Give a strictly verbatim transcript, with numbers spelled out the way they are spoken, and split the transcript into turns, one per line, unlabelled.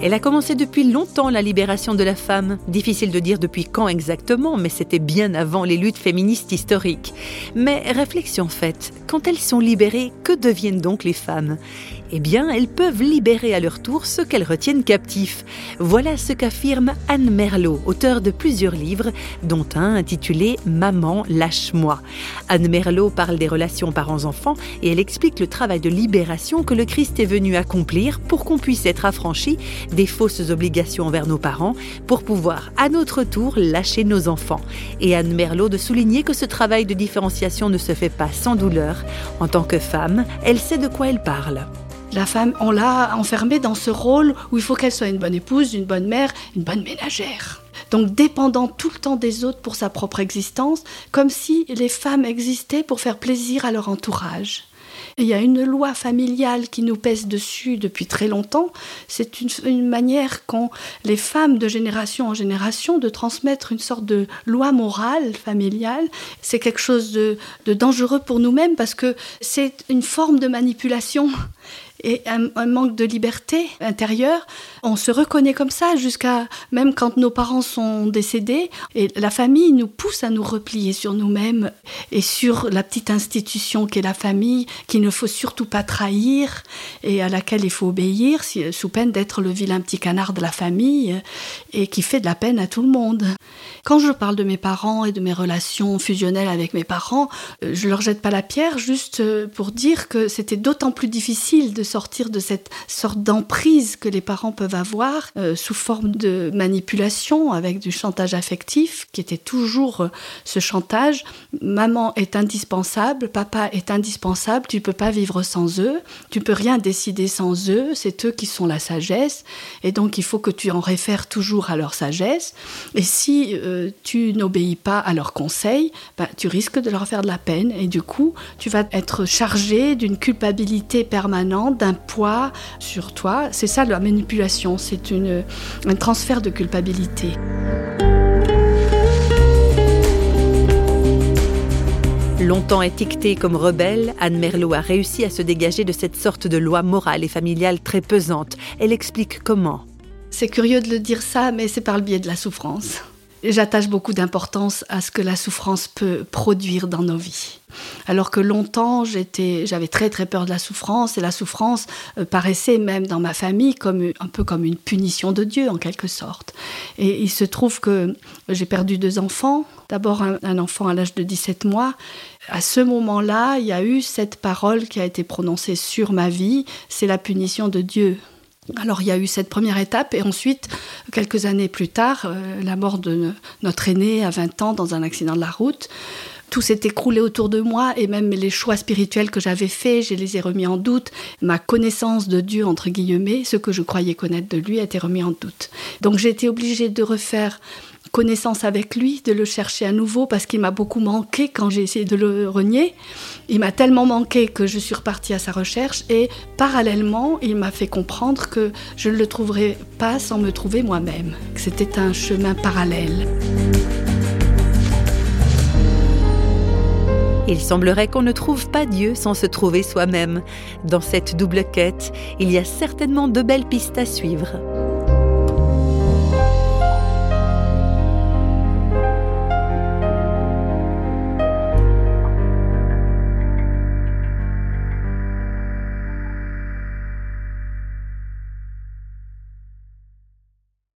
Elle a commencé depuis longtemps la libération de la femme. Difficile de dire depuis quand exactement, mais c'était bien avant les luttes féministes historiques. Mais réflexion faite, quand elles sont libérées, que deviennent donc les femmes ? Eh bien, elles peuvent libérer à leur tour ceux qu'elles retiennent captifs. Voilà ce qu'affirme Anne Merlot, auteure de plusieurs livres, dont un intitulé « Maman, lâche-moi ». Anne Merlot parle des relations parents-enfants et elle explique le travail de libération que le Christ est venu accomplir pour qu'on puisse être affranchi des fausses obligations envers nos parents, pour pouvoir à notre tour lâcher nos enfants. Et Anne Merlot de souligner que ce travail de différenciation ne se fait pas sans douleur. En tant que femme, elle sait de quoi elle parle.
La femme, on l'a enfermée dans ce rôle où il faut qu'elle soit une bonne épouse, une bonne mère, une bonne ménagère. Donc dépendant tout le temps des autres pour sa propre existence, comme si les femmes existaient pour faire plaisir à leur entourage. Il y a une loi familiale qui nous pèse dessus depuis très longtemps. C'est une, une manière qu'ont les femmes de génération en génération de transmettre une sorte de loi morale familiale. C'est quelque chose de, de dangereux pour nous-mêmes parce que c'est une forme de manipulation et un, un manque de liberté intérieure. On se reconnaît comme ça jusqu'à même quand nos parents sont décédés. Et la famille nous pousse à nous replier sur nous-mêmes et sur la petite institution qu'est la famille, qu'il ne faut surtout pas trahir et à laquelle il faut obéir, sous peine d'être le vilain petit canard de la famille et qui fait de la peine à tout le monde. Quand je parle de mes parents et de mes relations fusionnelles avec mes parents, je leur jette pas la pierre, juste pour dire que c'était d'autant plus difficile de sortir de cette sorte d'emprise que les parents peuvent avoir euh, sous forme de manipulation avec du chantage affectif qui était toujours euh, ce chantage. Maman est indispensable, papa est indispensable, tu ne peux pas vivre sans eux, tu ne peux rien décider sans eux, c'est eux qui sont la sagesse et donc il faut que tu en réfères toujours à leur sagesse et si euh, tu n'obéis pas à leurs conseils, ben, tu risques de leur faire de la peine et du coup tu vas être chargé d'une culpabilité permanente, d'un poids sur toi. C'est ça la manipulation, c'est une, un transfert de culpabilité.
Longtemps étiquetée comme rebelle, Anne Merlot a réussi à se dégager de cette sorte de loi morale et familiale très pesante. Elle explique comment.
C'est curieux de le dire ça, mais c'est par le biais de la souffrance. J'attache beaucoup d'importance à ce que la souffrance peut produire dans nos vies. Alors que longtemps, j'étais, j'avais très très peur de la souffrance et la souffrance euh, paraissait même dans ma famille comme, un peu comme une punition de Dieu en quelque sorte. Et il se trouve que j'ai perdu deux enfants. D'abord un, un enfant à l'âge de dix-sept mois. À ce moment-là, il y a eu cette parole qui a été prononcée sur ma vie, c'est la punition de Dieu. Alors il y a eu cette première étape et ensuite, quelques années plus tard, euh, la mort de notre aîné à vingt ans dans un accident de la route. Tout s'est écroulé autour de moi et même les choix spirituels que j'avais faits, je les ai remis en doute. Ma connaissance de Dieu, entre guillemets, ce que je croyais connaître de lui, a été remis en doute. Donc j'ai été obligée de refaire connaissance avec lui, de le chercher à nouveau parce qu'il m'a beaucoup manqué quand j'ai essayé de le renier. Il m'a tellement manqué que je suis repartie à sa recherche et parallèlement, il m'a fait comprendre que je ne le trouverais pas sans me trouver moi-même, que c'était un chemin parallèle.
Il semblerait qu'on ne trouve pas Dieu sans se trouver soi-même. Dans cette double quête, il y a certainement de belles pistes à suivre.